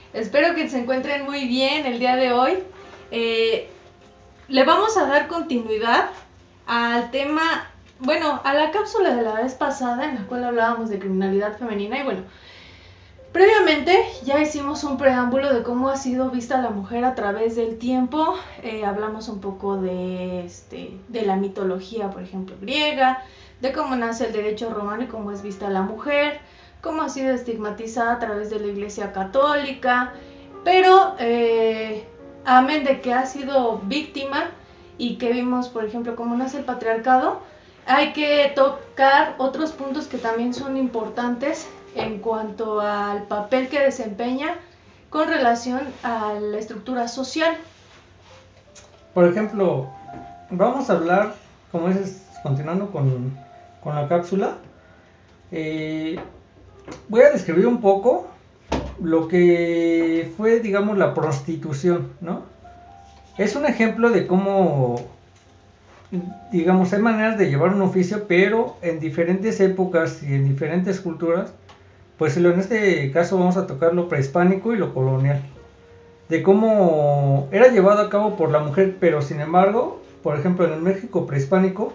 Espero que se encuentren muy bien el día de hoy. Eh, Le vamos a dar continuidad al tema, bueno, a la cápsula de la vez pasada en la cual hablábamos de criminalidad femenina y bueno, previamente ya hicimos un preámbulo de cómo ha sido vista la mujer a través del tiempo. Hablamos un poco de la mitología, por ejemplo, griega, de cómo nace el derecho romano y cómo es vista la mujer, cómo ha sido estigmatizada a través de la Iglesia Católica, pero amén de que ha sido víctima y que vimos, por ejemplo, cómo nace el patriarcado, hay que tocar otros puntos que también son importantes en cuanto al papel que desempeña con relación a la estructura social. Por ejemplo, vamos a hablar, como es, continuando con la cápsula, eh, voy a describir un poco lo que fue, digamos, la prostitución, ¿no? Es un ejemplo de cómo, digamos, hay maneras de llevar un oficio, pero en diferentes épocas y en diferentes culturas, pues en este caso vamos a tocar lo prehispánico y lo colonial, de cómo era llevado a cabo por la mujer, pero sin embargo, por ejemplo, en el México prehispánico,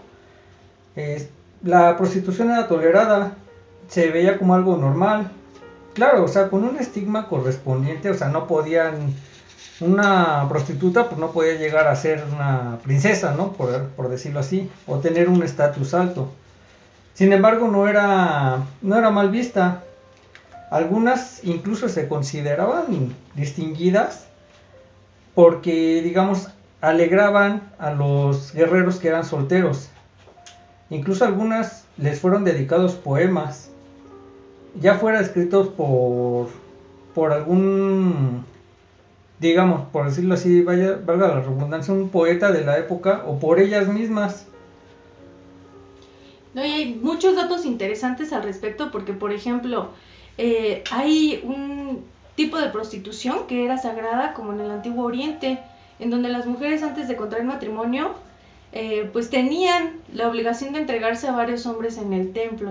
la prostitución era tolerada, se veía como algo normal, claro, o sea, con un estigma correspondiente, o sea, no podían, una prostituta pues no podía llegar a ser una princesa, ¿no? Por decirlo así, o tener un estatus alto. Sin embargo, no era mal vista. Algunas incluso se consideraban distinguidas porque, digamos, alegraban a los guerreros que eran solteros. Incluso algunas les fueron dedicados poemas, ya fuera escritos por algún, digamos, por decirlo así, valga la redundancia, un poeta de la época o por ellas mismas. No, y hay muchos datos interesantes al respecto porque, por ejemplo, hay un tipo de prostitución que era sagrada como en el Antiguo Oriente, en donde las mujeres antes de contraer matrimonio pues tenían la obligación de entregarse a varios hombres en el templo.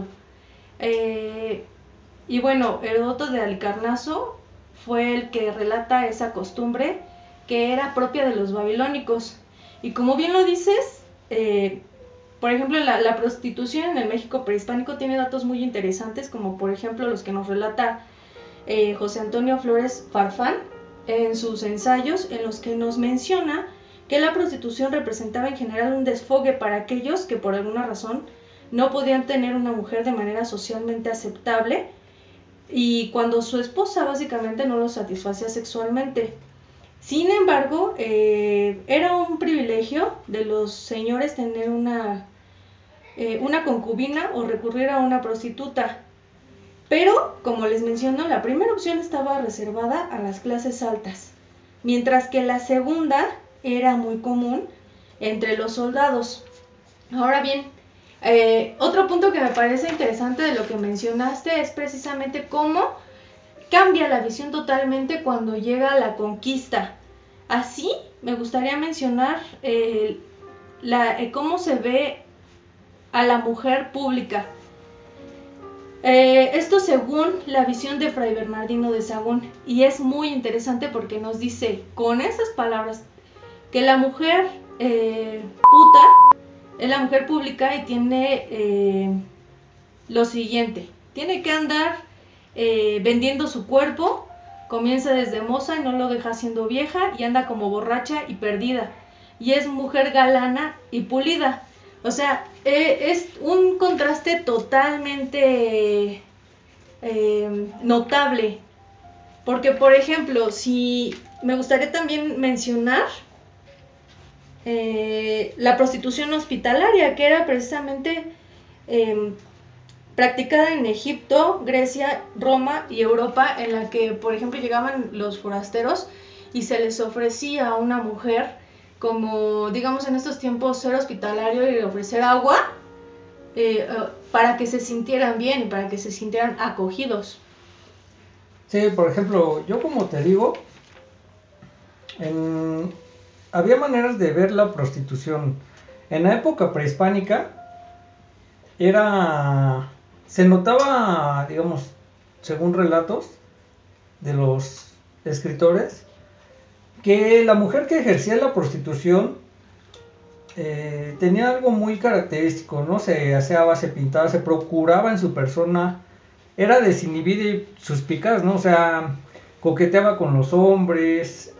Eh, y bueno, Heródoto de Halicarnaso fue el que relata esa costumbre que era propia de los babilónicos. Y como bien lo dices, por ejemplo, la prostitución en el México prehispánico tiene datos muy interesantes, como por ejemplo los que nos relata José Antonio Flores Farfán en sus ensayos, en los que nos menciona que la prostitución representaba en general un desfogue para aquellos que por alguna razón no podían tener una mujer de manera socialmente aceptable y cuando su esposa básicamente no lo satisfacía sexualmente. Sin embargo, era un privilegio de los señores tener una concubina o recurrir a una prostituta. Pero, como les menciono, la primera opción estaba reservada a las clases altas, mientras que la segunda era muy común entre los soldados. Ahora bien, otro punto que me parece interesante de lo que mencionaste es precisamente cómo cambia la visión totalmente cuando llega la conquista. Así, me gustaría mencionar cómo se ve a la mujer pública. Esto según la visión de Fray Bernardino de Sahagún, y es muy interesante porque nos dice con esas palabras que la mujer puta es la mujer pública y tiene lo siguiente: tiene que andar vendiendo su cuerpo, comienza desde moza y no lo deja siendo vieja y anda como borracha y perdida, y es mujer galana y pulida. O sea, es un contraste totalmente notable. Porque, por ejemplo, si me gustaría también mencionar la prostitución hospitalaria, que era precisamente practicada en Egipto, Grecia, Roma y Europa, en la que, por ejemplo, llegaban los forasteros y se les ofrecía a una mujer, como digamos en estos tiempos ser hospitalario y ofrecer agua para que se sintieran bien y para que se sintieran acogidos. Sí, por ejemplo, yo como te digo, en, había maneras de ver la prostitución. En la época prehispánica se notaba, digamos, según relatos de los escritores que la mujer que ejercía la prostitución tenía algo muy característico, ¿no? Se aseaba, se pintaba, se procuraba en su persona, era desinhibida y suspicaz, ¿no? O sea, coqueteaba con los hombres,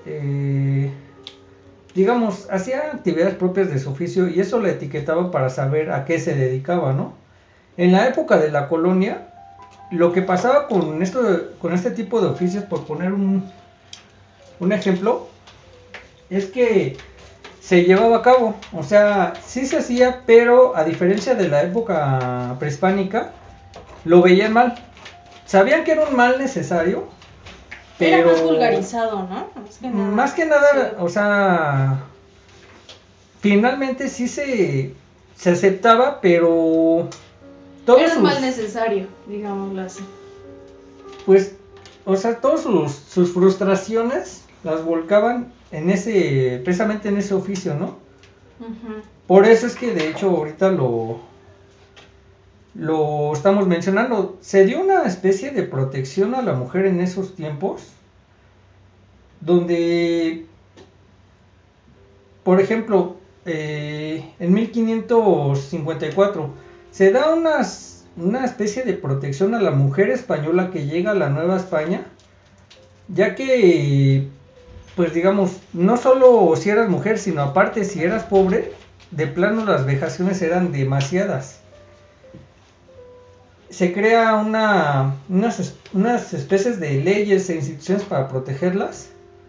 digamos, hacía actividades propias de su oficio y eso la etiquetaba para saber a qué se dedicaba, ¿no? En la época de la colonia, lo que pasaba con este tipo de oficios, por poner un ejemplo, es que se llevaba a cabo, o sea, sí se hacía, pero a diferencia de la época prehispánica, lo veían mal. Sabían que era un mal necesario, pero era más vulgarizado, ¿no? Más que nada, sí. O sea, finalmente sí se aceptaba, pero era un mal necesario, digámoslo así. Pues, o sea, todas sus frustraciones las volcaban precisamente en ese oficio, ¿no? Uh-huh. Por eso es que de hecho ahorita lo estamos mencionando. Se dio una especie de protección a la mujer en esos tiempos, donde, por ejemplo, en 1554 se da una especie de protección a la mujer española que llega a la Nueva España, ya que, pues digamos, no solo si eras mujer, sino aparte si eras pobre, de plano las vejaciones eran demasiadas. Se crea unas especies de leyes e instituciones para protegerlas,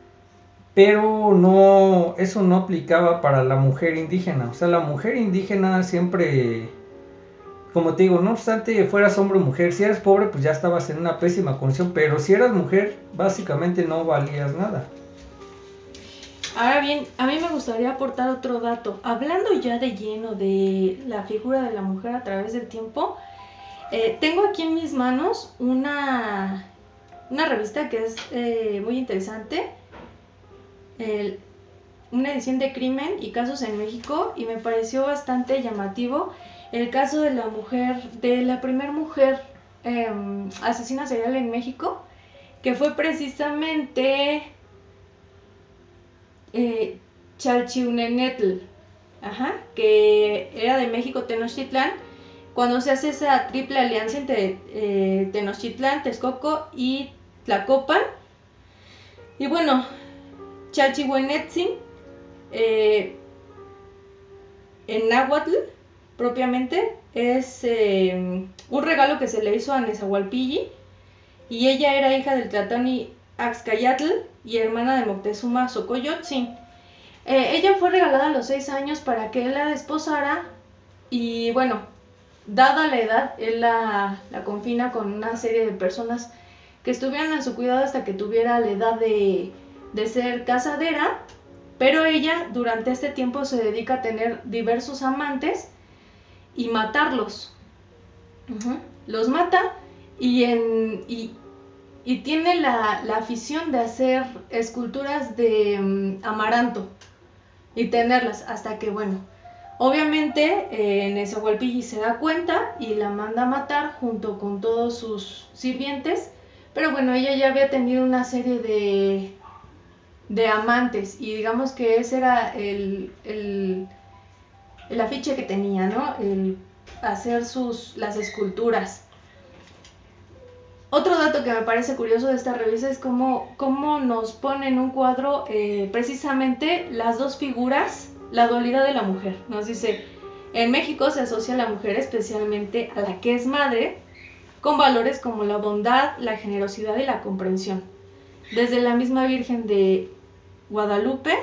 pero eso no aplicaba para la mujer indígena. O sea, la mujer indígena siempre, como te digo, no obstante fueras hombre o mujer, si eras pobre pues ya estabas en una pésima condición, pero si eras mujer básicamente no valías nada. Ahora bien, a mí me gustaría aportar otro dato. Hablando ya de lleno de la figura de la mujer a través del tiempo, tengo aquí en mis manos una revista que es muy interesante, una edición de Crimen y Casos en México, y me pareció bastante llamativo el caso de la mujer, de la primera mujer asesina serial en México, que fue precisamente Chalchiunenetl, que era de México, Tenochtitlán, cuando se hace esa triple alianza entre Tenochtitlán, Texcoco y Tlacopan. Y bueno, Chalchihuenetzin, en náhuatl propiamente, es un regalo que se le hizo a Nezahualpilli, y ella era hija del Tlatoni Axcayatl y hermana de Moctezuma Xocoyotzin. Ella fue regalada a los 6 años para que él la desposara, y bueno, dada la edad, él la confina con una serie de personas que estuvieran a su cuidado hasta que tuviera la edad de ser casadera, pero ella durante este tiempo se dedica a tener diversos amantes y matarlos. Los mata y tiene la afición de hacer esculturas de amaranto y tenerlas hasta que, bueno, obviamente Nezahualpilli se da cuenta y la manda a matar junto con todos sus sirvientes, pero bueno, ella ya había tenido una serie de amantes, y digamos que ese era el afiche que tenía, ¿no? El hacer las esculturas. Otro dato que me parece curioso de esta revista es cómo nos pone en un cuadro precisamente las dos figuras, la dualidad de la mujer. Nos dice, en México se asocia a la mujer, especialmente a la que es madre, con valores como la bondad, la generosidad y la comprensión. Desde la misma Virgen de Guadalupe,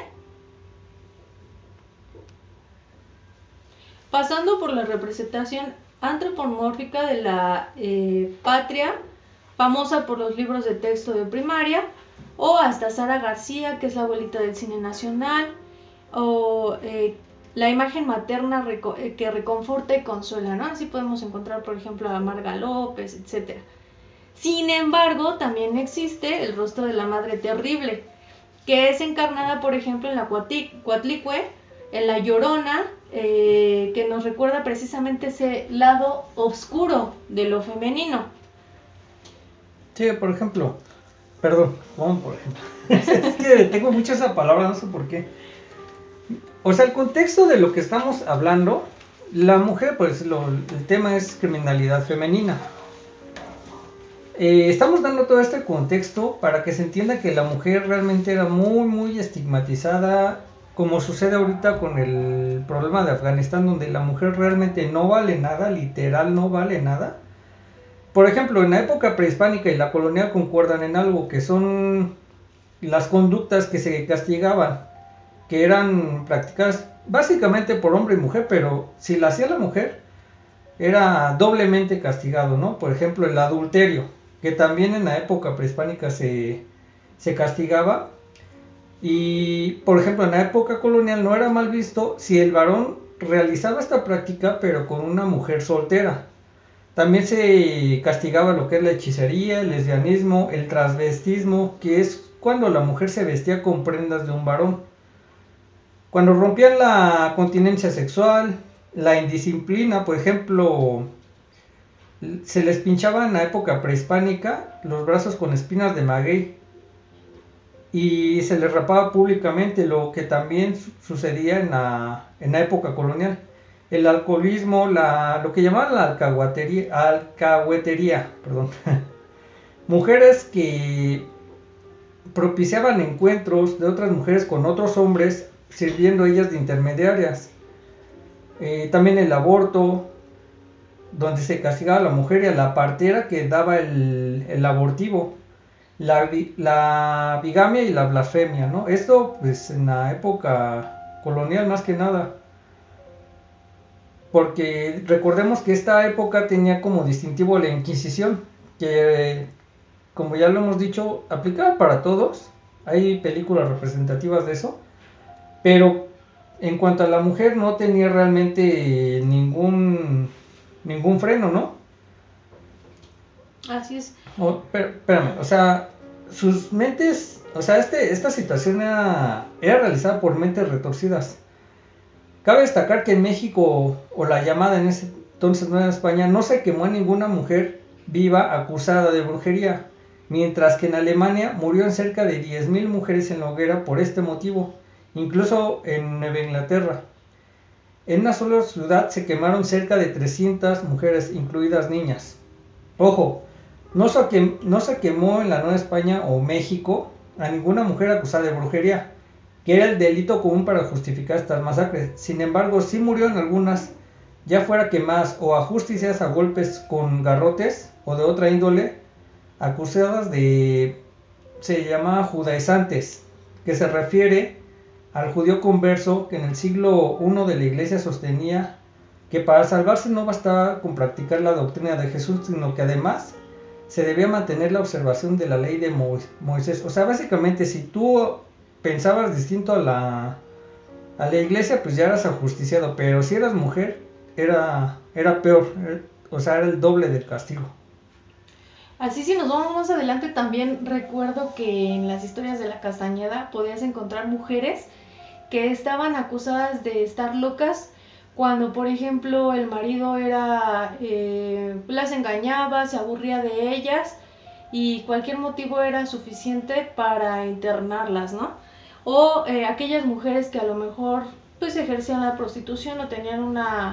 pasando por la representación antropomórfica de la patria, famosa por los libros de texto de primaria, o hasta Sara García, que es la abuelita del cine nacional, o la imagen materna que reconforta y consuela, ¿no? Así podemos encontrar, por ejemplo, a Marga López, etc. Sin embargo, también existe el rostro de la madre terrible, que es encarnada, por ejemplo, en la Coatlicue, en la Llorona, que nos recuerda precisamente ese lado oscuro de lo femenino. Sí, por ejemplo, Perdón, como por ejemplo. Es que tengo mucho esa palabra, no sé por qué. O sea, el contexto de lo que estamos hablando, la mujer, pues el tema es criminalidad femenina. Estamos dando todo este contexto para que se entienda que la mujer realmente era muy, muy estigmatizada, como sucede ahorita con el problema de Afganistán, donde la mujer realmente no vale nada, literal no vale nada. Por ejemplo, en la época prehispánica y la colonial concuerdan en algo, que son las conductas que se castigaban, que eran practicadas básicamente por hombre y mujer, pero si la hacía la mujer, era doblemente castigado, ¿no? Por ejemplo, el adulterio, que también en la época prehispánica se castigaba. Y, por ejemplo, en la época colonial no era mal visto si el varón realizaba esta práctica, pero con una mujer soltera. También se castigaba lo que es la hechicería, el lesbianismo, el transvestismo, que es cuando la mujer se vestía con prendas de un varón. Cuando rompían la continencia sexual, la indisciplina, por ejemplo, se les pinchaba en la época prehispánica los brazos con espinas de maguey y se les rapaba públicamente, lo que también sucedía en la época colonial. El alcoholismo, lo que llamaban la alcahuetería, perdón. Mujeres que propiciaban encuentros de otras mujeres con otros hombres, sirviendo ellas de intermediarias. También el aborto, donde se castigaba a la mujer y a la partera que daba el abortivo. La bigamia y la blasfemia, ¿no? Esto pues en la época colonial más que nada. Porque recordemos que esta época tenía como distintivo la Inquisición, que como ya lo hemos dicho, aplicaba para todos. Hay películas representativas de eso. Pero en cuanto a la mujer no tenía realmente ningún freno, ¿no? Así es. Espérame, o sea, sus mentes, o sea, esta situación era realizada por mentes retorcidas. Cabe destacar que en México, o la llamada en ese entonces Nueva España, no se quemó a ninguna mujer viva acusada de brujería, mientras que en Alemania murieron cerca de 10.000 mujeres en la hoguera por este motivo, incluso en Nueva Inglaterra. En una sola ciudad se quemaron cerca de 300 mujeres, incluidas niñas. Ojo, no se quemó en la Nueva España o México a ninguna mujer acusada de brujería, que era el delito común para justificar estas masacres. Sin embargo, sí murieron algunas, ya fuera quemadas o ajusticiadas a golpes con garrotes o de otra índole, acusadas se llama judaizantes, que se refiere al judío converso que en el siglo I de la iglesia sostenía que para salvarse no bastaba con practicar la doctrina de Jesús, sino que además se debía mantener la observación de la ley de Moisés. O sea, básicamente si tú pensabas distinto a la iglesia, pues ya eras ajusticiado, pero si eras mujer, era peor, o sea, era el doble del castigo. Así, si nos vamos más adelante, también recuerdo que en las historias de la Castañeda podías encontrar mujeres que estaban acusadas de estar locas cuando, por ejemplo, el marido las engañaba, se aburría de ellas y cualquier motivo era suficiente para internarlas, ¿no? O aquellas mujeres que a lo mejor pues ejercían la prostitución o tenían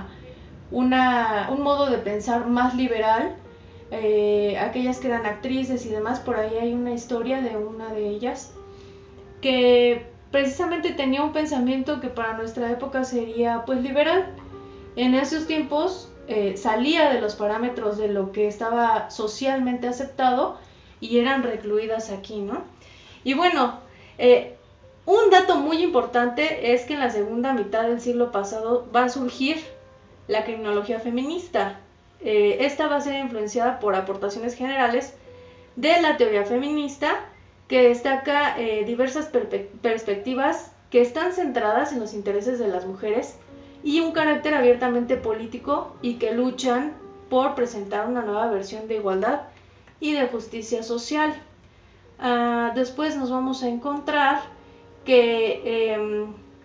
un modo de pensar más liberal, aquellas que eran actrices y demás. Por ahí hay una historia de una de ellas que precisamente tenía un pensamiento que para nuestra época sería pues liberal. En esos tiempos salía de los parámetros de lo que estaba socialmente aceptado y eran recluidas aquí, ¿no? Y bueno, un dato muy importante es que en la segunda mitad del siglo pasado va a surgir la criminología feminista. Esta va a ser influenciada por aportaciones generales de la teoría feminista, que destaca diversas perspectivas que están centradas en los intereses de las mujeres y un carácter abiertamente político, y que luchan por presentar una nueva versión de igualdad y de justicia social. Después nos vamos a encontrar que,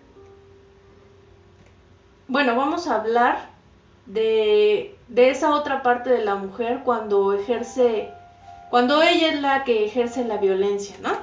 vamos a hablar de esa otra parte de la mujer cuando ejerce cuando ella es la que ejerce la violencia, ¿no?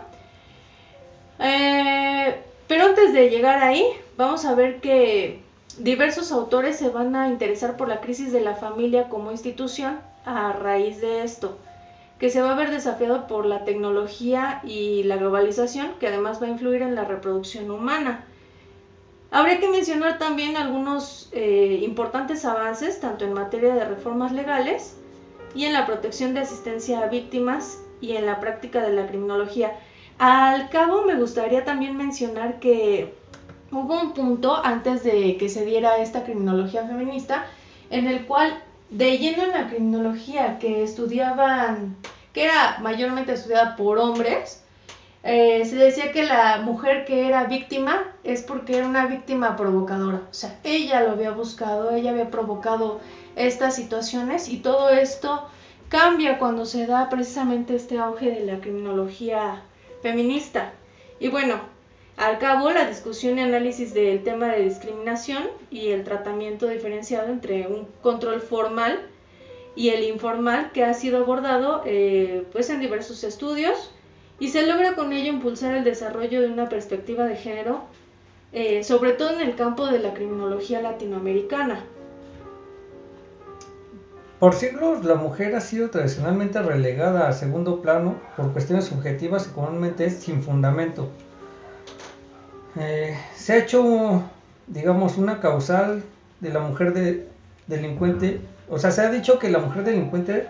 Pero antes de llegar ahí, vamos a ver que diversos autores se van a interesar por la crisis de la familia como institución a raíz de esto, que se va a ver desafiado por la tecnología y la globalización, que además va a influir en la reproducción humana. Habría que mencionar también algunos importantes avances, tanto en materia de reformas legales y en la protección de asistencia a víctimas y en la práctica de la criminología. Al cabo, me gustaría también mencionar que hubo un punto antes de que se diera esta criminología feminista, en el cual de lleno en la criminología que estudiaban, que era mayormente estudiada por hombres, se decía que la mujer que era víctima es porque era una víctima provocadora, o sea, ella lo había buscado, ella había provocado estas situaciones, y todo esto cambia cuando se da precisamente este auge de la criminología feminista. Y bueno, al cabo, la discusión y análisis del tema de discriminación y el tratamiento diferenciado entre un control formal y el informal, que ha sido abordado pues en diversos estudios, y se logra con ello impulsar el desarrollo de una perspectiva de género, sobre todo en el campo de la criminología latinoamericana. Por siglos, la mujer ha sido tradicionalmente relegada a segundo plano por cuestiones subjetivas y comúnmente sin fundamento. Se ha hecho, digamos, una causal de la mujer delincuente, o sea, se ha dicho que la mujer delincuente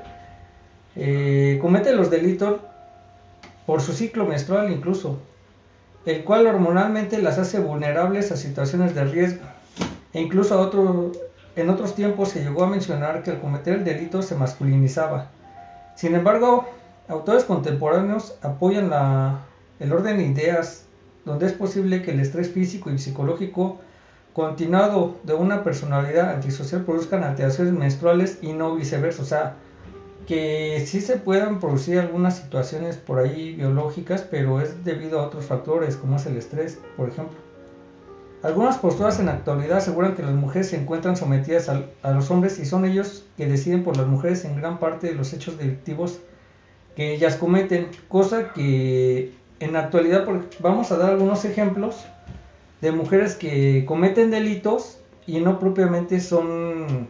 comete los delitos por su ciclo menstrual incluso, el cual hormonalmente las hace vulnerables a situaciones de riesgo, e incluso en otros tiempos se llegó a mencionar que al cometer el delito se masculinizaba. Sin embargo, autores contemporáneos apoyan el orden de ideas, donde es posible que el estrés físico y psicológico continuado de una personalidad antisocial produzcan alteraciones menstruales y no viceversa. O sea, que sí se puedan producir algunas situaciones por ahí biológicas, pero es debido a otros factores, como es el estrés, por ejemplo. Algunas posturas en la actualidad aseguran que las mujeres se encuentran sometidas a los hombres y son ellos que deciden por las mujeres en gran parte de los hechos delictivos que ellas cometen, cosa que en la actualidad vamos a dar algunos ejemplos de mujeres que cometen delitos y no propiamente son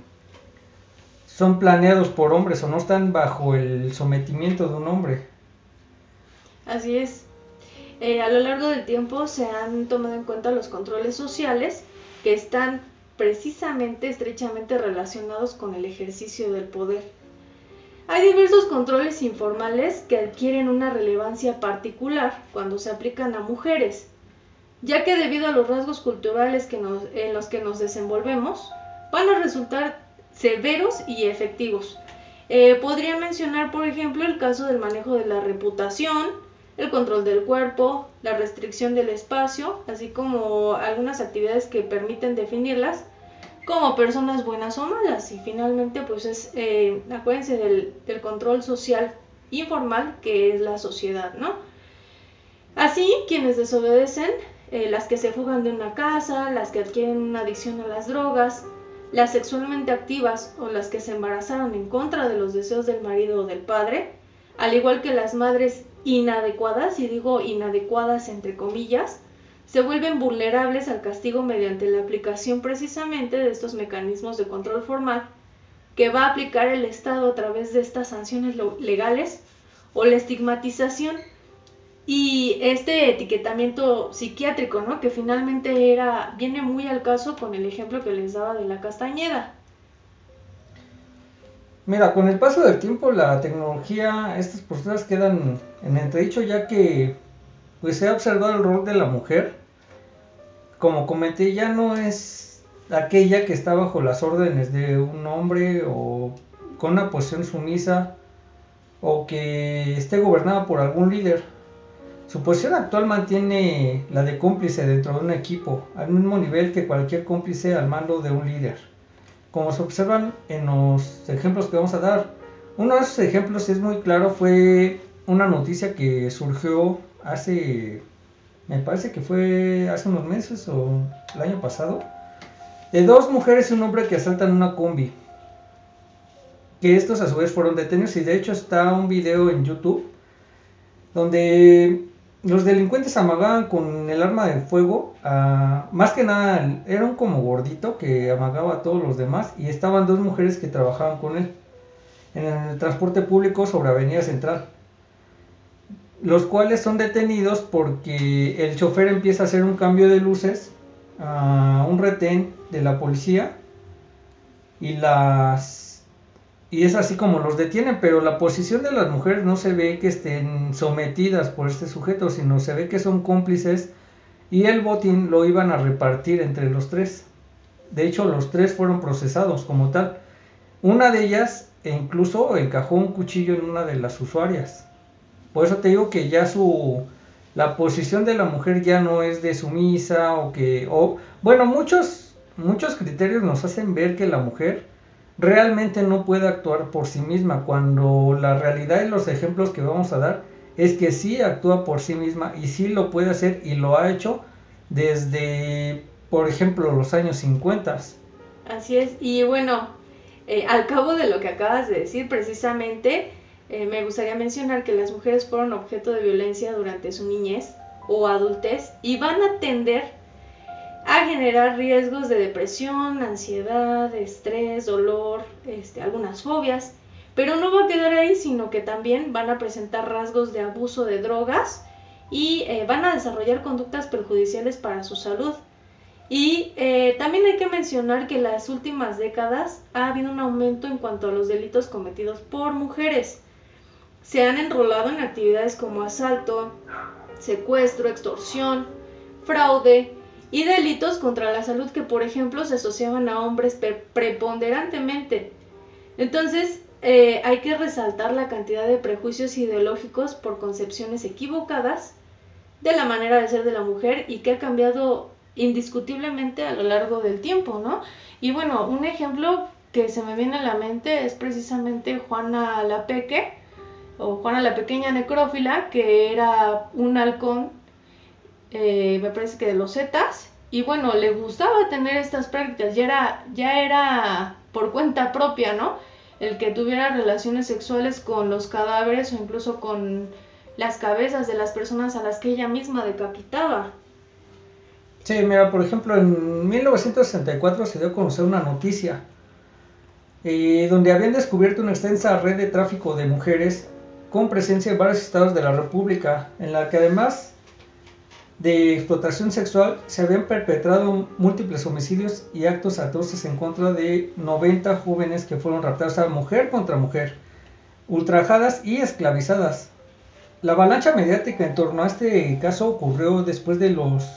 planeados por hombres o no están bajo el sometimiento de un hombre. Así es. A lo largo del tiempo se han tomado en cuenta los controles sociales que están precisamente estrechamente relacionados con el ejercicio del poder. Hay diversos controles informales que adquieren una relevancia particular cuando se aplican a mujeres, ya que debido a los rasgos culturales en los que nos desenvolvemos, van a resultar severos y efectivos. Podría mencionar, por ejemplo, el caso del manejo de la reputación, el control del cuerpo, la restricción del espacio, así como algunas actividades que permiten definirlas como personas buenas o malas. Y finalmente, pues acuérdense del control social informal que es la sociedad, ¿no? Así, quienes desobedecen, las que se fugan de una casa, las que adquieren una adicción a las drogas, las sexualmente activas o las que se embarazaron en contra de los deseos del marido o del padre, al igual que las madres inadecuadas, y digo inadecuadas entre comillas, se vuelven vulnerables al castigo mediante la aplicación precisamente de estos mecanismos de control formal que va a aplicar el Estado a través de estas sanciones legales o la estigmatización y este etiquetamiento psiquiátrico, ¿no? Que finalmente viene muy al caso con el ejemplo que les daba de la Castañeda. Mira, con el paso del tiempo, la tecnología, estas posturas quedan en entredicho, ya que pues se ha observado el rol de la mujer. Como comenté, ya no es aquella que está bajo las órdenes de un hombre o con una posición sumisa o que esté gobernada por algún líder. Su posición actual mantiene la de cómplice dentro de un equipo, al mismo nivel que cualquier cómplice al mando de un líder. Como se observan en los ejemplos que vamos a dar, uno de esos ejemplos es muy claro, fue una noticia que surgió me parece que fue hace unos meses o el año pasado, de dos mujeres y un hombre que asaltan una combi. que estos a su vez fueron detenidos, y de hecho está un video en YouTube donde los delincuentes amagaban con el arma de fuego, más que nada era un como gordito que amagaba a todos los demás, y estaban dos mujeres que trabajaban con él en el transporte público sobre Avenida Central, los cuales son detenidos porque el chofer empieza a hacer un cambio de luces a un retén de la policía, y es así como los detienen, pero la posición de las mujeres no se ve que estén sometidas por este sujeto, sino se ve que son cómplices, y el botín lo iban a repartir entre los tres. De hecho, los tres fueron procesados como tal. Una de ellas incluso encajó un cuchillo en una de las usuarias. Por eso te digo que ya la posición de la mujer ya no es de sumisa, bueno, muchos criterios nos hacen ver que la mujer realmente no puede actuar por sí misma, cuando la realidad y los ejemplos que vamos a dar es que sí actúa por sí misma y sí lo puede hacer, y lo ha hecho desde, por ejemplo, los años 50. Así es, y bueno, al cabo de lo que acabas de decir precisamente, me gustaría mencionar que las mujeres fueron objeto de violencia durante su niñez o adultez y van a tender a generar riesgos de depresión, ansiedad, estrés, dolor, algunas fobias, pero no va a quedar ahí, sino que también van a presentar rasgos de abuso de drogas y van a desarrollar conductas perjudiciales para su salud. Y también hay que mencionar que en las últimas décadas ha habido un aumento en cuanto a los delitos cometidos por mujeres. Se han enrolado en actividades como asalto, secuestro, extorsión, fraude y delitos contra la salud que, por ejemplo, se asociaban a hombres preponderantemente. Entonces, hay que resaltar la cantidad de prejuicios ideológicos por concepciones equivocadas de la manera de ser de la mujer y que ha cambiado indiscutiblemente a lo largo del tiempo, ¿no? Y bueno, un ejemplo que se me viene a la mente es precisamente Juana la Peque, o Juana la Pequeña Necrófila, que era un halcón, me parece que de los Zetas, y bueno, le gustaba tener estas prácticas, ya era por cuenta propia, ¿no? El que tuviera relaciones sexuales con los cadáveres o incluso con las cabezas de las personas a las que ella misma decapitaba. Sí, mira, por ejemplo, en 1964 se dio a conocer una noticia donde habían descubierto una extensa red de tráfico de mujeres con presencia en varios estados de la República, en la que además de explotación sexual se habían perpetrado múltiples homicidios y actos atroces en contra de 90 jóvenes que fueron raptadas, o sea, mujer contra mujer, ultrajadas y esclavizadas. La avalancha mediática en torno a este caso ocurrió después de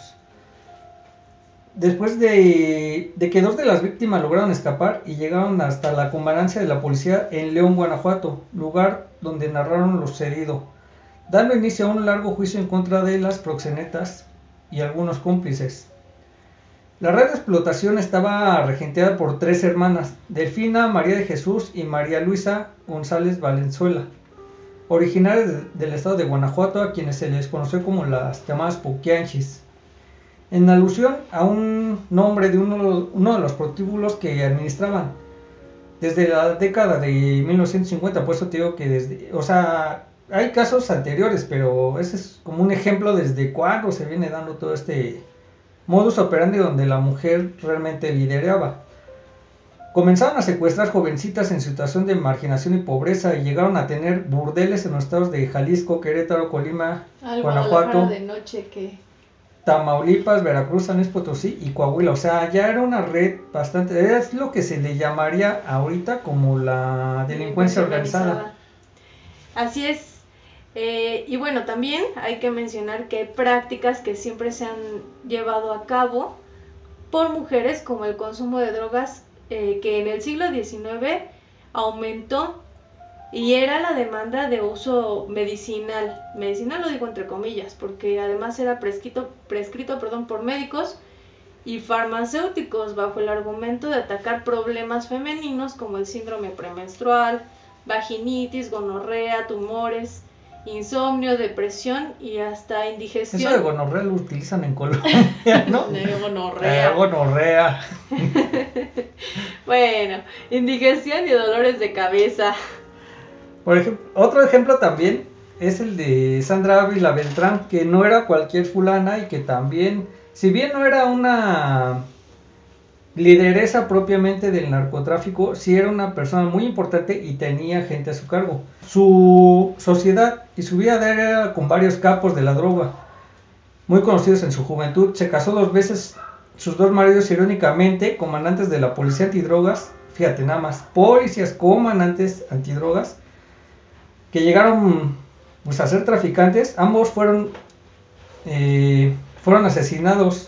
que dos de las víctimas lograron escapar y llegaron hasta la comandancia de la policía en León, Guanajuato, lugar donde narraron lo sucedido, dando inicio a un largo juicio en contra de las proxenetas y algunos cómplices. La red de explotación estaba regenteada por tres hermanas, Delfina, María de Jesús y María Luisa González Valenzuela, originarias del estado de Guanajuato, a quienes se les conoció como las llamadas Poquianchis, en alusión a un nombre de uno de los prostíbulos que administraban desde la década de 1950. Por eso te digo que hay casos anteriores, pero ese es como un ejemplo desde cuándo se viene dando todo este modus operandi donde la mujer realmente lideraba. Comenzaron a secuestrar jovencitas en situación de marginación y pobreza y llegaron a tener burdeles en los estados de Jalisco, Querétaro, Colima, Guanajuato, de noche que... Tamaulipas, Veracruz, San Luis Potosí y Coahuila. O sea, ya era una red bastante, es lo que se le llamaría ahorita como la delincuencia organizada. Así es. Y bueno, también hay que mencionar que hay prácticas que siempre se han llevado a cabo por mujeres, como el consumo de drogas, que en el siglo XIX aumentó y era la demanda de uso medicinal lo digo entre comillas, porque además era prescrito por médicos y farmacéuticos bajo el argumento de atacar problemas femeninos como el síndrome premenstrual, vaginitis, gonorrea, tumores insomnio, depresión y hasta indigestión. Eso de gonorrea lo utilizan en Colombia, ¿no? De gonorrea. Gonorrea. Bueno, indigestión y dolores de cabeza. Por ejemplo, otro ejemplo también es el de Sandra Ávila Beltrán, que no era cualquier fulana y que también, si bien no era una lideresa propiamente del narcotráfico, sí era una persona muy importante y tenía gente a su cargo. Su sociedad y su vida diaria era con varios capos de la droga, muy conocidos en su juventud. Se casó 2 veces, sus 2 maridos irónicamente comandantes de la policía antidrogas, fíjate nada más, policías comandantes antidrogas, que llegaron pues a ser traficantes. Ambos fueron asesinados,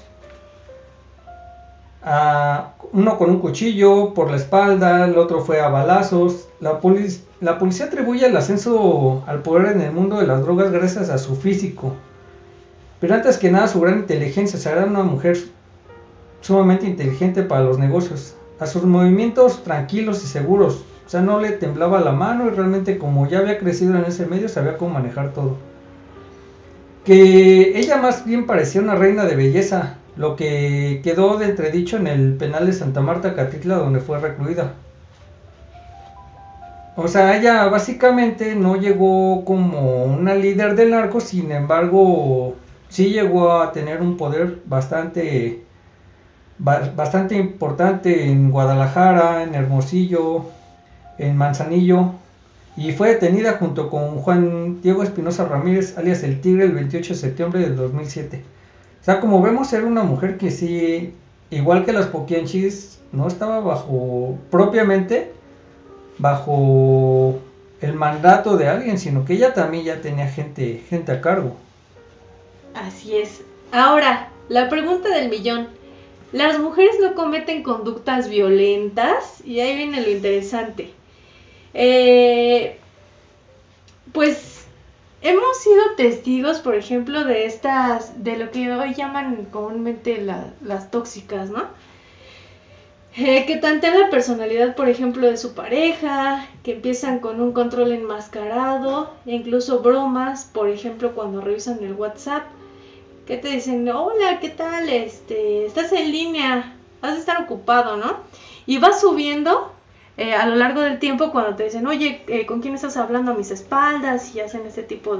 uno con un cuchillo por la espalda, el otro fue a balazos. La policía atribuye el ascenso al poder en el mundo de las drogas gracias a su físico, pero antes que nada su gran inteligencia. Era una mujer sumamente inteligente para los negocios, a sus movimientos tranquilos y seguros. O sea, no le temblaba la mano y realmente, como ya había crecido en ese medio, sabía cómo manejar todo. Que ella más bien parecía una reina de belleza, lo que quedó de entredicho en el penal de Santa Marta, Catitla, donde fue recluida. O sea, ella básicamente no llegó como una líder del narco, sin embargo, sí llegó a tener un poder bastante importante en Guadalajara, en Hermosillo, en Manzanillo, y fue detenida junto con Juan Diego Espinosa Ramírez, alias El Tigre, el 28 de septiembre del 2007. O sea, como vemos, era una mujer que sí, igual que las Poquianchis, no estaba propiamente bajo el mandato de alguien, sino que ella también ya tenía gente a cargo. Así es. Ahora, la pregunta del millón. ¿Las mujeres no cometen conductas violentas? Y ahí viene lo interesante. Pues hemos sido testigos, por ejemplo, de lo que hoy llaman comúnmente las tóxicas, ¿no? Que tantean la personalidad, por ejemplo, de su pareja, que empiezan con un control enmascarado, e incluso bromas, por ejemplo, cuando revisan el WhatsApp, que te dicen, hola, ¿qué tal? Estás en línea, vas a estar ocupado, ¿no? Y vas subiendo a lo largo del tiempo cuando te dicen, oye, ¿con quién estás hablando a mis espaldas? Y hacen ese tipo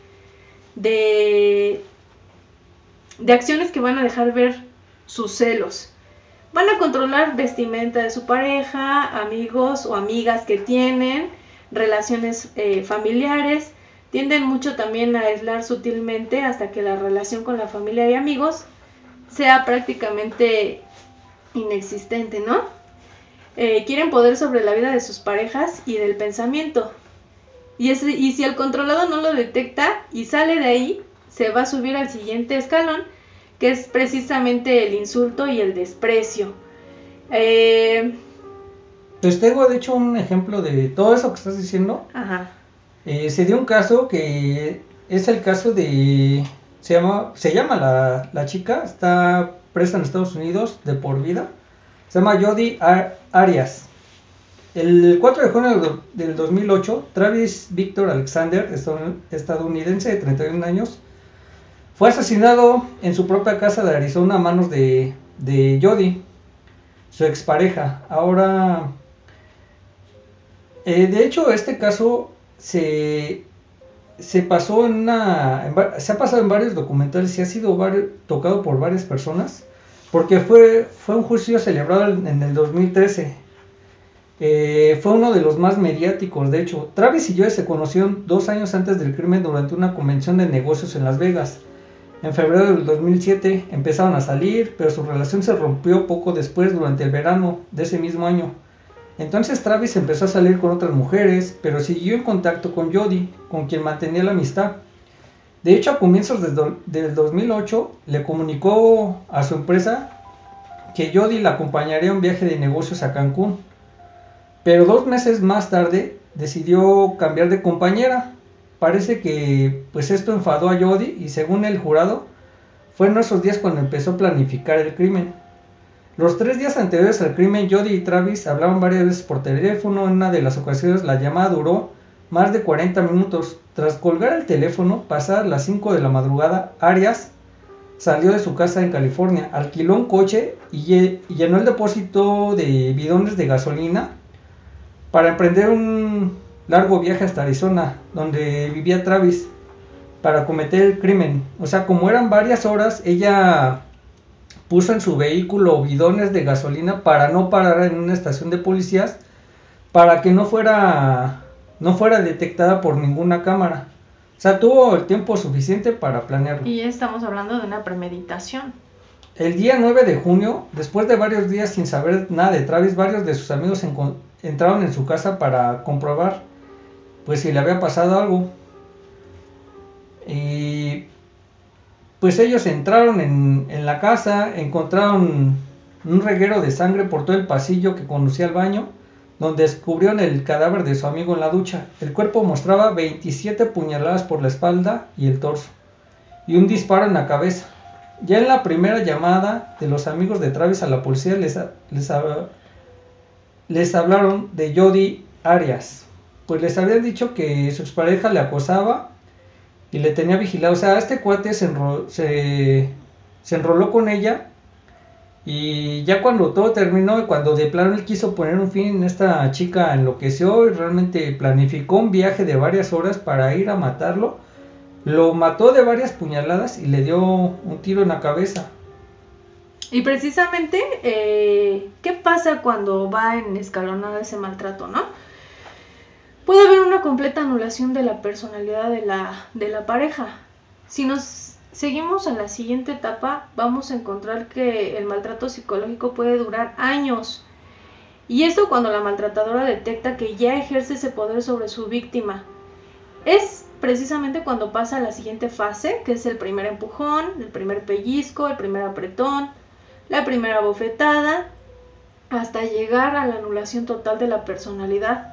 de acciones que van a dejar ver sus celos. Van a controlar vestimenta de su pareja, amigos o amigas que tienen, relaciones familiares. Tienden mucho también a aislar sutilmente hasta que la relación con la familia y amigos sea prácticamente inexistente, ¿no? Quieren poder sobre la vida de sus parejas y del pensamiento. Y si el controlado no lo detecta y sale de ahí, se va a subir al siguiente escalón, que es precisamente el insulto y el desprecio. Pues tengo de hecho un ejemplo de todo eso que estás diciendo. Ajá. Se dio un caso que es el caso de... Se llama la chica, está presa en Estados Unidos de por vida. Se llama Jodi Arias. El 4 de junio del 2008, Travis Victor Alexander, estadounidense de 31 años, fue asesinado en su propia casa de Arizona a manos de Jodi, su expareja. Ahora, de hecho, este caso se ha pasado en varios documentales y ha sido tocado por varias personas, porque fue un juicio celebrado en el 2013. Fue uno de los más mediáticos. De hecho, Travis y Joe se conocieron 2 años antes del crimen durante una convención de negocios en Las Vegas. En febrero del 2007 empezaron a salir, pero su relación se rompió poco después, durante el verano de ese mismo año. Entonces Travis empezó a salir con otras mujeres, pero siguió en contacto con Jodi, con quien mantenía la amistad. De hecho, a comienzos del 2008 le comunicó a su empresa que Jodi la acompañaría a un viaje de negocios a Cancún. Pero 2 meses más tarde decidió cambiar de compañera. Parece que pues esto enfadó a Jodi y, según el jurado, fue en esos días cuando empezó a planificar el crimen. Los 3 días anteriores al crimen, Jodi y Travis hablaban varias veces por teléfono. En una de las ocasiones la llamada duró más de 40 minutos. Tras colgar el teléfono, pasadas las 5 de la madrugada, Arias salió de su casa en California, alquiló un coche y llenó el depósito de bidones de gasolina para emprender un largo viaje hasta Arizona, donde vivía Travis, para cometer el crimen. O sea, como eran varias horas, ella puso en su vehículo bidones de gasolina para no parar en una estación de policías, para que no fuera detectada por ninguna cámara. O sea, tuvo el tiempo suficiente para planearlo. Y ya estamos hablando de una premeditación. El día 9 de junio, después de varios días sin saber nada de Travis, varios de sus amigos entraron en su casa para comprobar pues si le había pasado algo. Y pues ellos entraron en la casa, encontraron un reguero de sangre por todo el pasillo que conducía al baño, donde descubrieron el cadáver de su amigo en la ducha. El cuerpo mostraba 27 puñaladas por la espalda y el torso, y un disparo en la cabeza. Ya en la primera llamada de los amigos de Travis a la policía les hablaron de Jodi Arias, pues les habían dicho que su expareja le acosaba y le tenía vigilado. O sea, este cuate se enroló con ella, y ya cuando todo terminó, cuando de plano él quiso poner un fin, esta chica enloqueció y realmente planificó un viaje de varias horas para ir a matarlo. Lo mató de varias puñaladas y le dio un tiro en la cabeza. Y precisamente, ¿qué pasa cuando va en escalonada ese maltrato, no? Puede haber una completa anulación de la personalidad de la pareja. Si nos seguimos a la siguiente etapa, vamos a encontrar que el maltrato psicológico puede durar años. Y esto cuando la maltratadora detecta que ya ejerce ese poder sobre su víctima. Es precisamente cuando pasa a la siguiente fase, que es el primer empujón, el primer pellizco, el primer apretón, la primera bofetada, hasta llegar a la anulación total de la personalidad.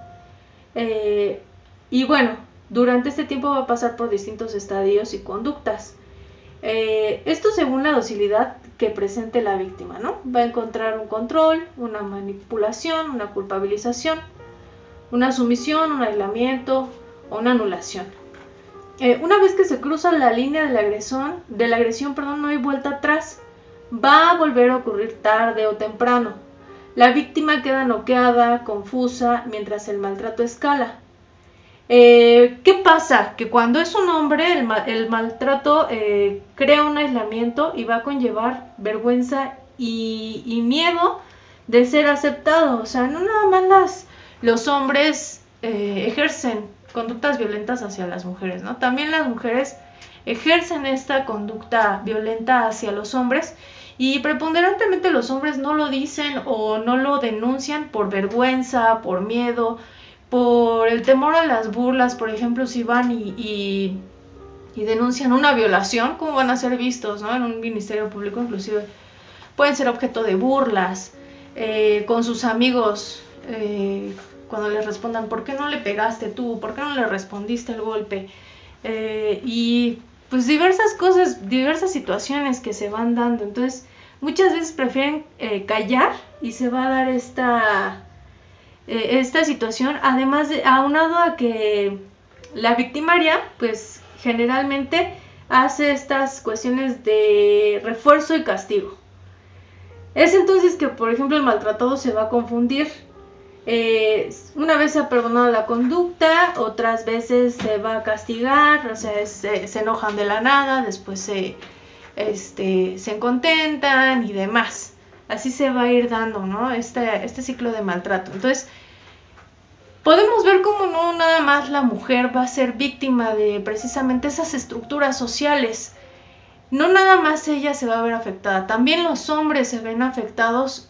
Y bueno, durante este tiempo va a pasar por distintos estadios y conductas. Esto según la docilidad que presente la víctima, ¿no? Va a encontrar un control, una manipulación, una culpabilización, una sumisión, un aislamiento o una anulación. Una vez que se cruza la línea de la agresión, no hay vuelta atrás. Va a volver a ocurrir tarde o temprano. La víctima queda noqueada, confusa, mientras el maltrato escala. ¿Qué pasa? Que cuando es un hombre, el maltrato crea un aislamiento y va a conllevar vergüenza y miedo de ser aceptado. O sea, no nada más los hombres ejercen conductas violentas hacia las mujeres, ¿no? También las mujeres ejercen esta conducta violenta hacia los hombres, y preponderantemente los hombres no lo dicen o no lo denuncian por vergüenza, por miedo, por el temor a las burlas. Por ejemplo, si van y denuncian una violación, ¿cómo van a ser vistos, no? En un ministerio público inclusive pueden ser objeto de burlas, con sus amigos, cuando les respondan, ¿por qué no le pegaste tú? ¿Por qué no le respondiste el golpe? Y pues diversas cosas, diversas situaciones que se van dando. Entonces muchas veces prefieren callar, y se va a dar esta situación, además de aunado a que la victimaria pues generalmente hace estas cuestiones de refuerzo y castigo. Es entonces que, por ejemplo, el maltratado se va a confundir. Una vez se ha perdonado la conducta, otras veces se va a castigar, o sea, se enojan de la nada, después se contentan y demás. Así se va a ir dando, ¿no? Este ciclo de maltrato. Entonces, podemos ver cómo no nada más la mujer va a ser víctima de precisamente esas estructuras sociales. No nada más ella se va a ver afectada, también los hombres se ven afectados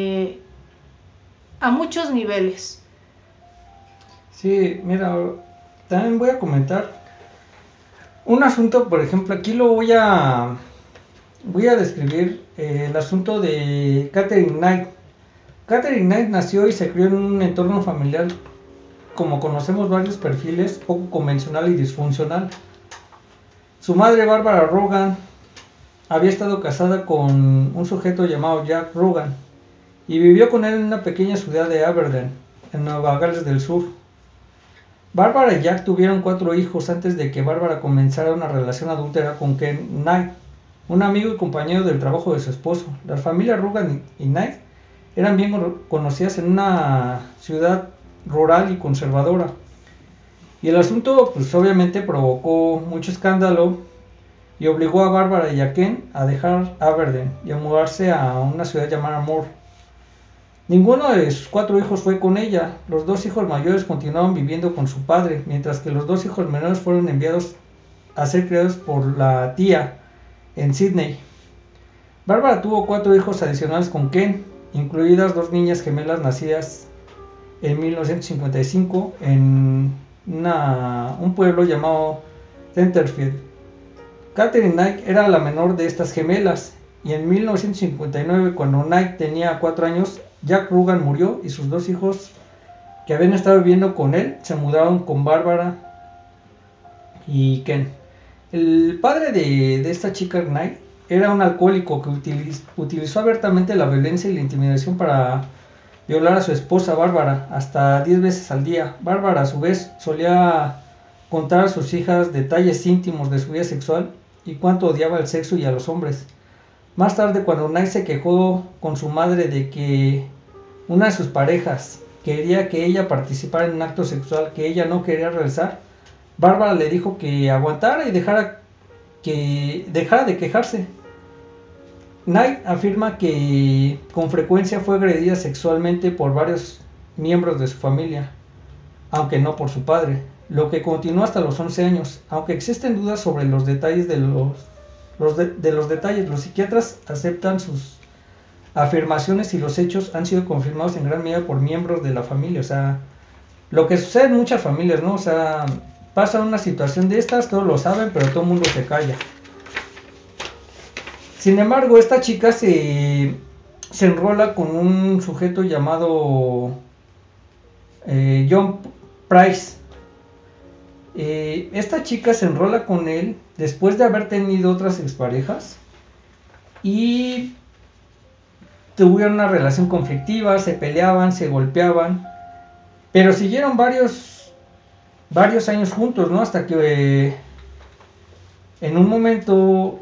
a muchos niveles. Sí, mira, también voy a comentar un asunto. Por ejemplo, aquí lo voy a describir el asunto de Katherine Knight. Katherine Knight nació y se crió en un entorno familiar, como conocemos, varios perfiles, poco convencional y disfuncional. Su madre, Barbara Rogan, había estado casada con un sujeto llamado Jack Rogan y vivió con él en una pequeña ciudad de Aberdeen, en Nueva Gales del Sur. Bárbara y Jack tuvieron 4 hijos antes de que Bárbara comenzara una relación adúltera con Ken Knight, un amigo y compañero del trabajo de su esposo. Las familias Rugan y Knight eran bien conocidas en una ciudad rural y conservadora. Y el asunto pues obviamente provocó mucho escándalo y obligó a Bárbara y a Ken a dejar Aberdeen y a mudarse a una ciudad llamada Moore. Ninguno de sus 4 hijos fue con ella. Los 2 hijos mayores continuaron viviendo con su padre, mientras que los 2 hijos menores fueron enviados a ser criados por la tía en Sydney. Bárbara tuvo 4 hijos adicionales con Ken, incluidas 2 niñas gemelas nacidas en 1955 en un pueblo llamado Tenterfield. Catherine Knight era la menor de estas gemelas, y en 1959, cuando Knight tenía 4 años, Jack Rugan murió y sus 2 hijos que habían estado viviendo con él se mudaron con Bárbara y Ken. El padre de esta chica Knight era un alcohólico que utilizó abiertamente la violencia y la intimidación para violar a su esposa Bárbara hasta 10 veces al día. Bárbara a su vez solía contar a sus hijas detalles íntimos de su vida sexual y cuánto odiaba el sexo y a los hombres. Más tarde, cuando Knight se quejó con su madre de que una de sus parejas quería que ella participara en un acto sexual que ella no quería realizar, Bárbara le dijo que aguantara y dejara de quejarse. Knight afirma que con frecuencia fue agredida sexualmente por varios miembros de su familia, aunque no por su padre, lo que continuó hasta los 11 años. Aunque existen dudas sobre los detalles de los detalles, los psiquiatras aceptan sus afirmaciones y los hechos han sido confirmados en gran medida por miembros de la familia. O sea, lo que sucede en muchas familias, ¿no? O sea, pasa una situación de estas, todos lo saben, pero todo el mundo se calla. Sin embargo, esta chica se enrola con un sujeto llamado John Price. Esta chica se enrola con él después de haber tenido otras exparejas y tuvieron una relación conflictiva, se peleaban, se golpeaban, pero siguieron varios años juntos, ¿no? Hasta que en un momento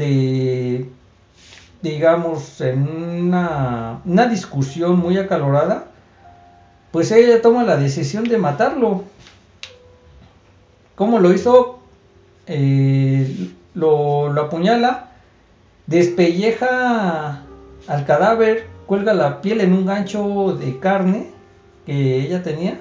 digamos, en una discusión muy acalorada, pues ella toma la decisión de matarlo. ¿Cómo lo hizo? Lo apuñala, despelleja al cadáver, cuelga la piel en un gancho de carne que ella tenía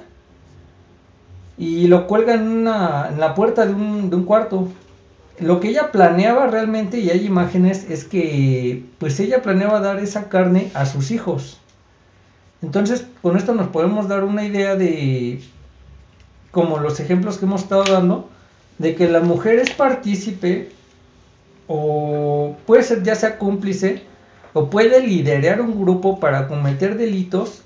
y lo cuelga en la puerta de un cuarto. Lo que ella planeaba realmente, y hay imágenes, es que pues ella planeaba dar esa carne a sus hijos. Entonces, con esto nos podemos dar una idea de, como los ejemplos que hemos estado dando, de que la mujer es partícipe o puede ser ya sea cómplice o puede liderar un grupo para cometer delitos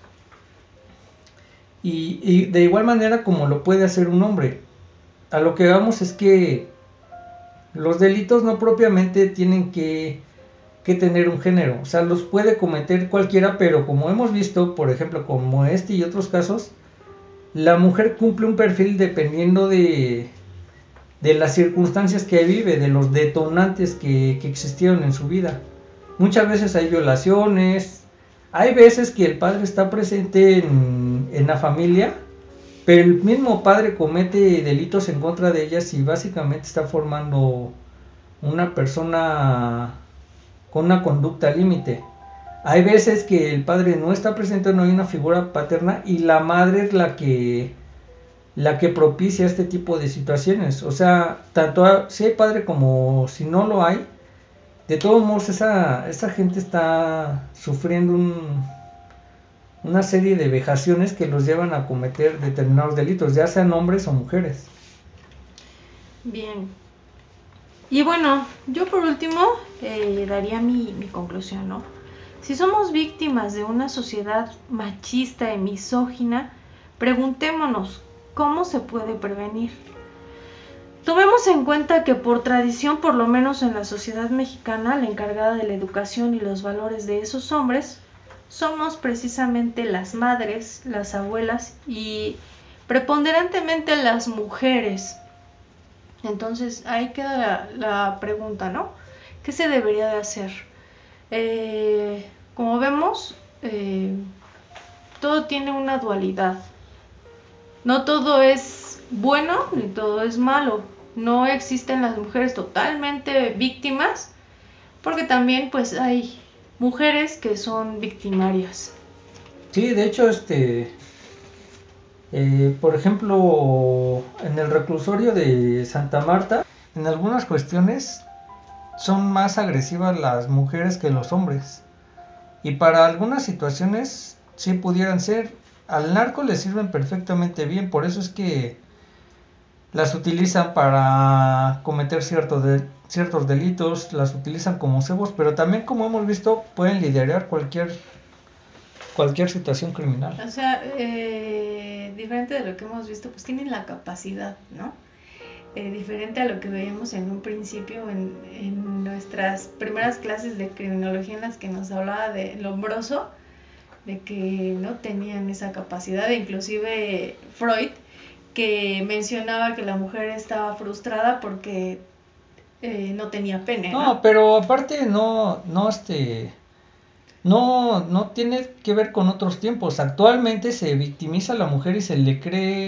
y de igual manera como lo puede hacer un hombre. A lo que vamos es que los delitos no propiamente tienen que tener un género, o sea, los puede cometer cualquiera, pero como hemos visto, por ejemplo, como este y otros casos, la mujer cumple un perfil dependiendo de las circunstancias que vive, de los detonantes que existieron en su vida. Muchas veces hay violaciones, hay veces que el padre está presente en la familia, pero el mismo padre comete delitos en contra de ellas y básicamente está formando una persona con una conducta límite. Hay veces que el padre no está presente, no hay una figura paterna y la madre es la que propicia este tipo de situaciones. O sea, tanto si hay padre como si no lo hay, de todos modos esa gente está sufriendo una serie de vejaciones que los llevan a cometer determinados delitos, ya sean hombres o mujeres. Bien. Y bueno, yo por último daría mi conclusión, ¿no? Si somos víctimas de una sociedad machista y misógina, preguntémonos, ¿cómo se puede prevenir? Tomemos en cuenta que por tradición, por lo menos en la sociedad mexicana, la encargada de la educación y los valores de esos hombres somos precisamente las madres, las abuelas y preponderantemente a las mujeres. Entonces ahí queda la pregunta, ¿no? ¿Qué se debería de hacer? Como vemos, todo tiene una dualidad. No todo es bueno ni todo es malo. No existen las mujeres totalmente víctimas, porque también pues hay mujeres que son victimarias. Sí, de hecho, por ejemplo, en el reclusorio de Santa Marta, en algunas cuestiones son más agresivas las mujeres que los hombres. Y para algunas situaciones sí pudieran ser. Al narco les sirven perfectamente bien, por eso es que las utilizan para cometer ciertos delitos, las utilizan como cebos, pero también, como hemos visto, pueden liderar cualquier situación criminal. O sea, diferente de lo que hemos visto, pues tienen la capacidad, ¿no? Diferente a lo que veíamos en un principio en nuestras primeras clases de criminología, en las que nos hablaba de Lombroso, de que no tenían esa capacidad, e inclusive Freud, que mencionaba que la mujer estaba frustrada porque no tenía pene, ¿no? No, pero aparte no tiene que ver con otros tiempos. Actualmente se victimiza a la mujer y se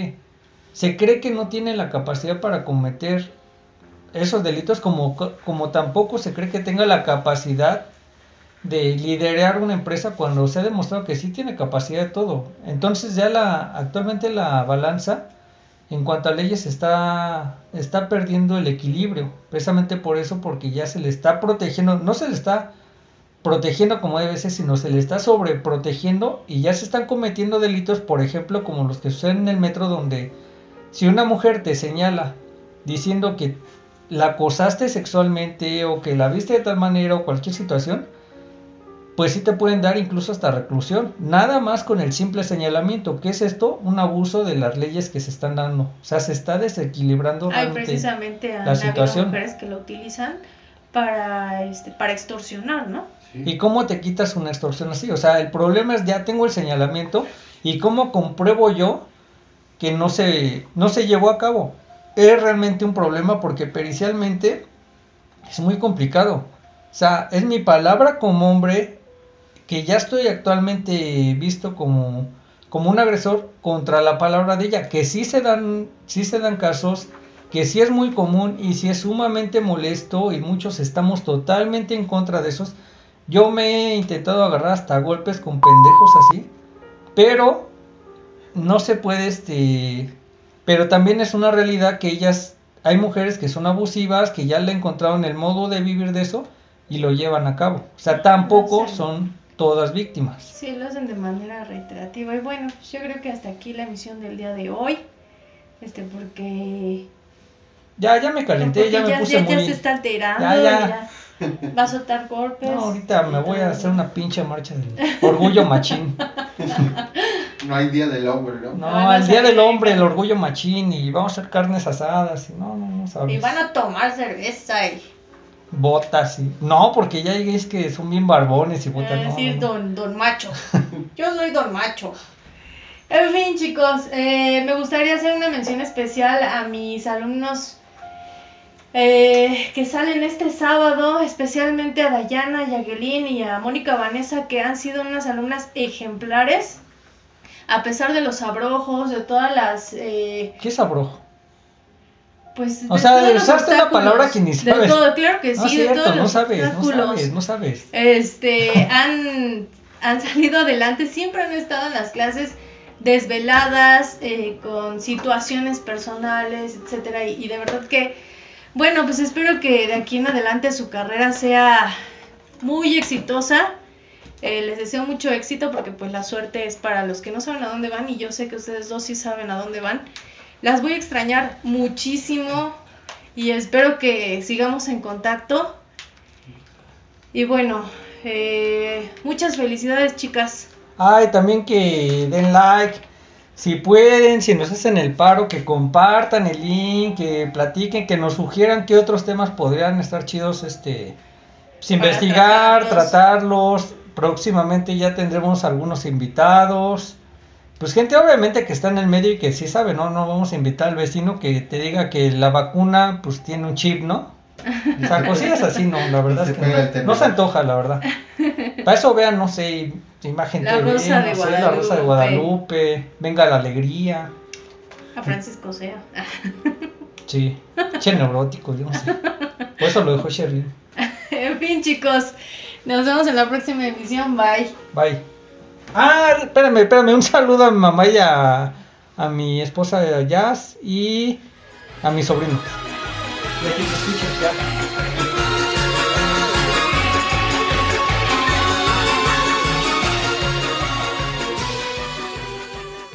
cree que no tiene la capacidad para cometer esos delitos, como tampoco se cree que tenga la capacidad de liderar una empresa, cuando se ha demostrado que sí tiene capacidad de todo. Entonces ya actualmente la balanza en cuanto a leyes está perdiendo el equilibrio, precisamente por eso, porque ya se le está protegiendo, no se le está protegiendo como debe ser, sino se le está sobreprotegiendo, y ya se están cometiendo delitos, por ejemplo, como los que suceden en el metro, donde si una mujer te señala diciendo que la acosaste sexualmente o que la viste de tal manera o cualquier situación, pues sí te pueden dar incluso hasta reclusión, nada más con el simple señalamiento. ¿Qué es esto? Un abuso de las leyes que se están dando. O sea, se está desequilibrando realmente precisamente la situación. Hay mujeres que lo utilizan para extorsionar, ¿no? Sí. ¿Y cómo te quitas una extorsión así? O sea, el problema es, ya tengo el señalamiento, ¿y cómo compruebo yo que no se llevó a cabo? Es realmente un problema, porque pericialmente es muy complicado. O sea, es mi palabra como hombre, que ya estoy actualmente visto como un agresor, contra la palabra de ella, que sí se dan casos, que sí es muy común y sí es sumamente molesto, y muchos estamos totalmente en contra de esos. Yo me he intentado agarrar hasta golpes con pendejos así, pero no se puede, pero también es una realidad que hay mujeres que son abusivas, que ya le encontraron el modo de vivir de eso y lo llevan a cabo. O sea, tampoco son todas víctimas. Sí, lo hacen de manera reiterativa. Y bueno, yo creo que hasta aquí la emisión del día de hoy. Porque ya me calenté, ya me puse muy... Ya se está alterando, ya va a soltar golpes. No, ahorita me voy a hacer una pinche marcha del orgullo machín. No hay día del hombre, ¿no? No, el día del hombre, el orgullo machín, y vamos a hacer carnes asadas, y no sabes. Y van a tomar cerveza y... botas, y... no, porque ya es que son bien barbones y botas. Es decir, don macho. Yo soy don macho. En fin, chicos, me gustaría hacer una mención especial a mis alumnos que salen este sábado, especialmente a Dayana, Yagelín y a Mónica Vanessa, que han sido unas alumnas ejemplares, a pesar de los abrojos, de todas las... ¿Qué es abrojo? Pues, o sea, usaste una palabra que ni sabes. De todo, claro que sí, no, cierto, de todos los no sabes. Han salido adelante, siempre han estado en las clases desveladas, con situaciones personales, etcétera, y de verdad que, bueno, pues espero que de aquí en adelante su carrera sea muy exitosa. Les deseo mucho éxito, porque pues la suerte es para los que no saben a dónde van, y yo sé que ustedes dos sí saben a dónde van. Las voy a extrañar muchísimo y espero que sigamos en contacto. Y bueno, muchas felicidades, chicas. Ay, también que den like, si pueden, si nos hacen el paro, que compartan el link, que platiquen, que nos sugieran qué otros temas podrían estar chidos, investigar, tratarlos. Próximamente ya tendremos algunos invitados. pues gente obviamente que está en el medio y que sí sabe, ¿no? No vamos a invitar al vecino que te diga que la vacuna pues tiene un chip, ¿no? O sea, cosillas así, no, la verdad es que no se antoja, la verdad. Para eso vean, no sé, Imagen La TV, Rosa de no sé, Guadalupe. La Rosa de Guadalupe, Venga la Alegría. A Francisco Sea. Sí, che neurótico, yo no sé. Por eso lo dejó Sherry. En fin, chicos, nos vemos en la próxima emisión. Bye. Bye. Ah, espérame, un saludo a mi mamá y a mi esposa Jazz y a mi sobrino. Ya que te escuches, ya.